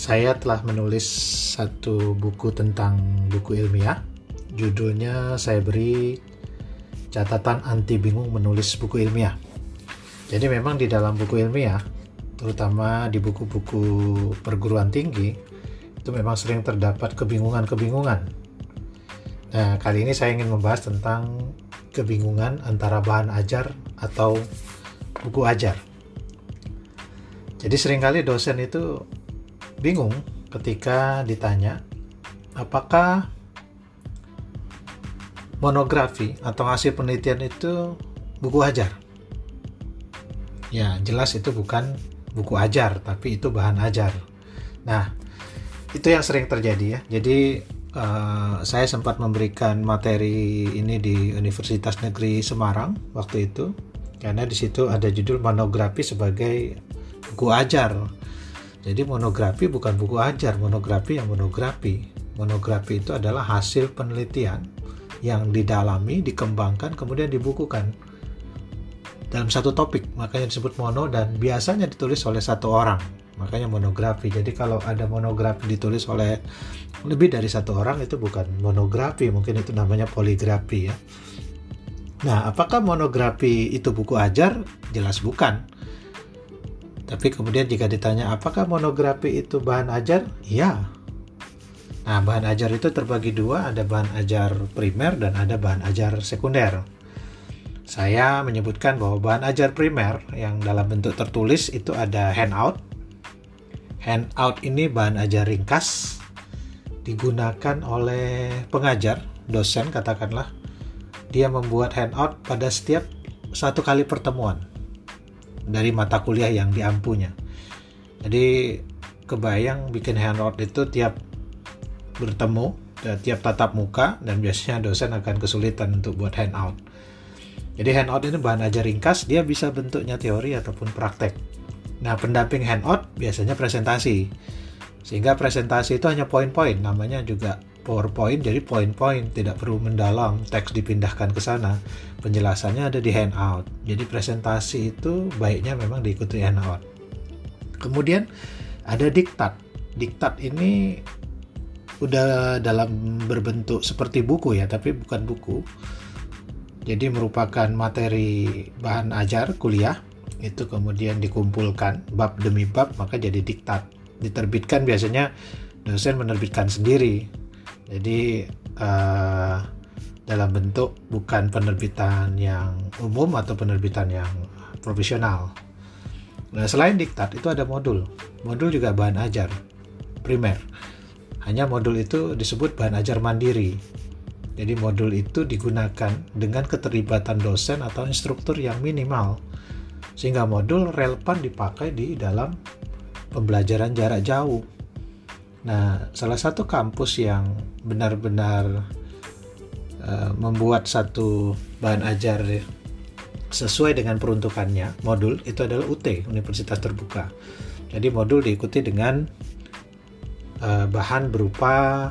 Saya telah menulis satu buku tentang buku ilmiah. Judulnya saya beri catatan anti bingung menulis buku ilmiah. Jadi memang di dalam buku ilmiah, terutama di buku-buku perguruan tinggi, itu memang sering terdapat kebingungan-kebingungan. Nah, kali ini saya ingin membahas tentang kebingungan antara bahan ajar atau buku ajar. Jadi seringkali dosen itu bingung ketika ditanya apakah monografi atau hasil penelitian itu buku ajar. Ya, jelas itu bukan buku ajar, tapi itu bahan ajar. Nah, itu yang sering terjadi ya. Jadi saya sempat memberikan materi ini di Universitas Negeri Semarang waktu itu, karena di situ ada judul monografi sebagai buku ajar. Jadi monografi bukan buku ajar, monografi yang monografi. Monografi itu adalah hasil penelitian yang didalami, dikembangkan, kemudian dibukukan dalam satu topik. Makanya disebut mono dan biasanya ditulis oleh satu orang. Makanya monografi. Jadi kalau ada monografi ditulis oleh lebih dari satu orang, itu bukan monografi, mungkin itu namanya poligrafi ya. Nah, apakah monografi itu buku ajar? Jelas bukan. Tapi kemudian jika ditanya apakah monografi itu bahan ajar? Iya. Nah, bahan ajar itu terbagi dua, ada bahan ajar primer dan ada bahan ajar sekunder. Saya menyebutkan bahwa bahan ajar primer yang dalam bentuk tertulis itu ada handout. Handout ini bahan ajar ringkas, digunakan oleh pengajar, dosen katakanlah. Dia membuat handout pada setiap satu kali pertemuan dari mata kuliah yang diampunya. Jadi kebayang bikin handout itu tiap bertemu, tiap tatap muka, dan biasanya dosen akan kesulitan untuk buat handout. Jadi handout ini bahan ajar ringkas, dia bisa bentuknya teori ataupun praktek. Nah, pendamping handout biasanya presentasi. Sehingga presentasi itu hanya poin-poin, namanya juga PowerPoint, jadi poin-poin, tidak perlu mendalam, teks dipindahkan ke sana. Penjelasannya ada di handout. Jadi presentasi itu baiknya memang diikuti handout. Kemudian ada diktat. Diktat ini udah dalam berbentuk seperti buku ya, tapi bukan buku. Jadi merupakan materi bahan ajar kuliah, itu kemudian dikumpulkan bab demi bab, maka jadi diktat. Diterbitkan biasanya dosen menerbitkan sendiri. Jadi dalam bentuk bukan penerbitan yang umum atau penerbitan yang profesional. Nah, selain diktat itu ada modul. Modul juga bahan ajar primer. Hanya modul itu disebut bahan ajar mandiri. Jadi modul itu digunakan dengan keterlibatan dosen atau instruktur yang minimal. Sehingga modul relevan dipakai di dalam pembelajaran jarak jauh. Nah, salah satu kampus yang benar-benar membuat satu bahan ajar sesuai dengan peruntukannya, modul, itu adalah UT, Universitas Terbuka. Jadi modul diikuti dengan bahan berupa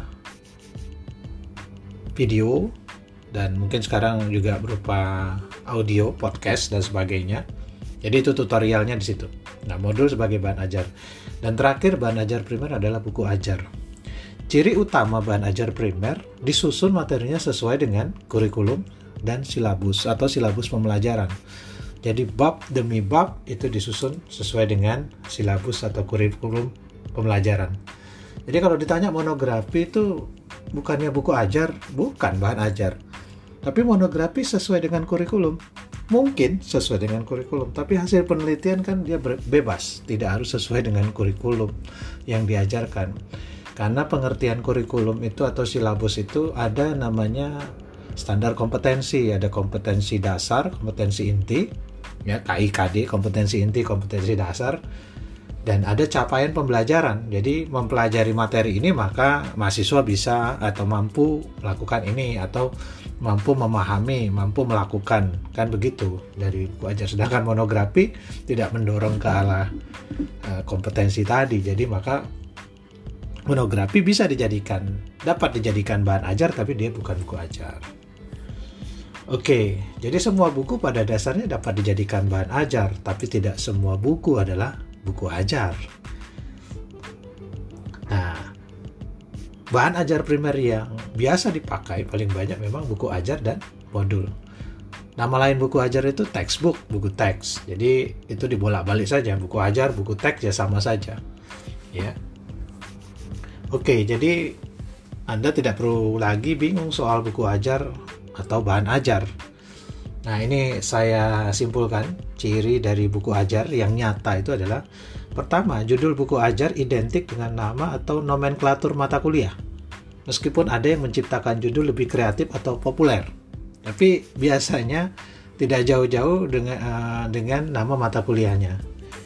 video, dan mungkin sekarang juga berupa audio, podcast, dan sebagainya. Jadi itu tutorialnya di situ. Nah, modul sebagai bahan ajar. Dan terakhir, bahan ajar primer adalah buku ajar. Ciri utama bahan ajar primer, disusun materinya sesuai dengan kurikulum dan silabus atau silabus pembelajaran. Jadi bab demi bab itu disusun sesuai dengan silabus atau kurikulum pembelajaran. Jadi kalau ditanya monografi itu bukannya buku ajar, bukan bahan ajar. Tapi monografi sesuai dengan kurikulum. Mungkin sesuai dengan kurikulum, tapi hasil penelitian kan dia bebas, tidak harus sesuai dengan kurikulum yang diajarkan. Karena pengertian kurikulum itu atau silabus itu ada namanya standar kompetensi, ada kompetensi dasar, kompetensi inti, ya KIKD, kompetensi inti, kompetensi dasar, dan ada capaian pembelajaran. Jadi mempelajari materi ini maka mahasiswa bisa atau mampu melakukan ini, atau mampu memahami, mampu melakukan, kan begitu dari buku ajar. Sedangkan monografi tidak mendorong ke arah kompetensi tadi. Jadi maka monografi bisa dapat dijadikan bahan ajar, tapi dia bukan buku ajar. Oke, jadi semua buku pada dasarnya dapat dijadikan bahan ajar, tapi tidak semua buku adalah buku ajar. bahan ajar primer yang biasa dipakai paling banyak memang buku ajar dan modul. Nama lain buku ajar itu textbook, buku teks. Jadi itu dibolak-balik saja, buku ajar, buku teks ya sama saja. Ya. Oke, jadi Anda tidak perlu lagi bingung soal buku ajar atau bahan ajar. Nah, ini saya simpulkan ciri dari buku ajar yang nyata itu adalah: pertama, judul buku ajar identik dengan nama atau nomenklatur mata kuliah. Meskipun ada yang menciptakan judul lebih kreatif atau populer, tapi biasanya tidak jauh-jauh dengan nama mata kuliahnya.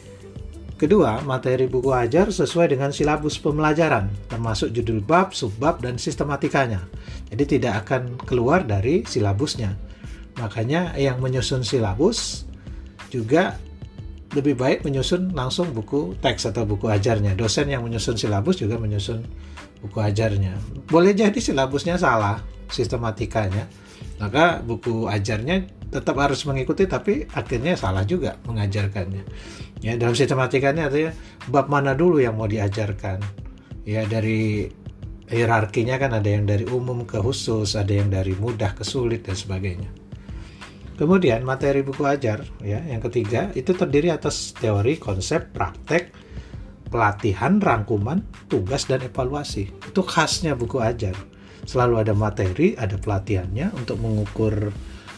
Kedua, materi buku ajar sesuai dengan silabus pembelajaran, termasuk judul bab, subbab, dan sistematikanya. Jadi tidak akan keluar dari silabusnya. Makanya yang menyusun silabus juga lebih baik menyusun langsung buku teks atau buku ajarnya. Dosen yang menyusun silabus juga menyusun buku ajarnya. Boleh jadi silabusnya salah, sistematikanya, maka buku ajarnya tetap harus mengikuti, tapi akhirnya salah juga mengajarkannya. Ya, dalam sistematikanya artinya bab mana dulu yang mau diajarkan. Ya, dari hierarkinya kan ada yang dari umum ke khusus, ada yang dari mudah ke sulit dan sebagainya. Kemudian materi buku ajar ya, yang ketiga itu terdiri atas teori, konsep, praktek, pelatihan, rangkuman, tugas, dan evaluasi. Itu khasnya buku ajar. Selalu ada materi, ada pelatihannya untuk mengukur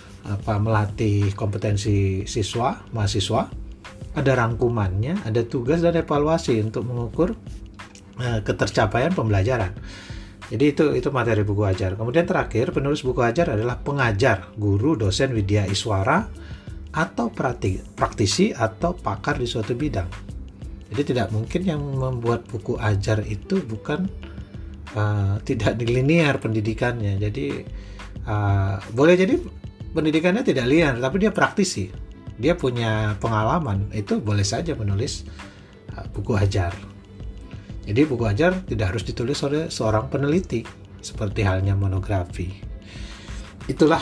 melatih kompetensi mahasiswa. Ada rangkumannya, ada tugas dan evaluasi untuk mengukur ketercapaian pembelajaran. Jadi itu materi buku ajar. Kemudian terakhir, penulis buku ajar adalah pengajar, guru, dosen widya iswara, atau praktisi atau pakar di suatu bidang. Jadi tidak mungkin yang membuat buku ajar itu bukan tidak linear pendidikannya. Jadi boleh jadi pendidikannya tidak linear, tapi dia praktisi. Dia punya pengalaman, itu boleh saja menulis buku ajar. Jadi buku ajar tidak harus ditulis oleh seorang peneliti, seperti halnya monografi. Itulah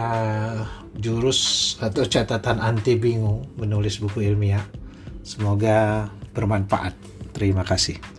jurus atau catatan anti bingung menulis buku ilmiah. Semoga bermanfaat. Terima kasih.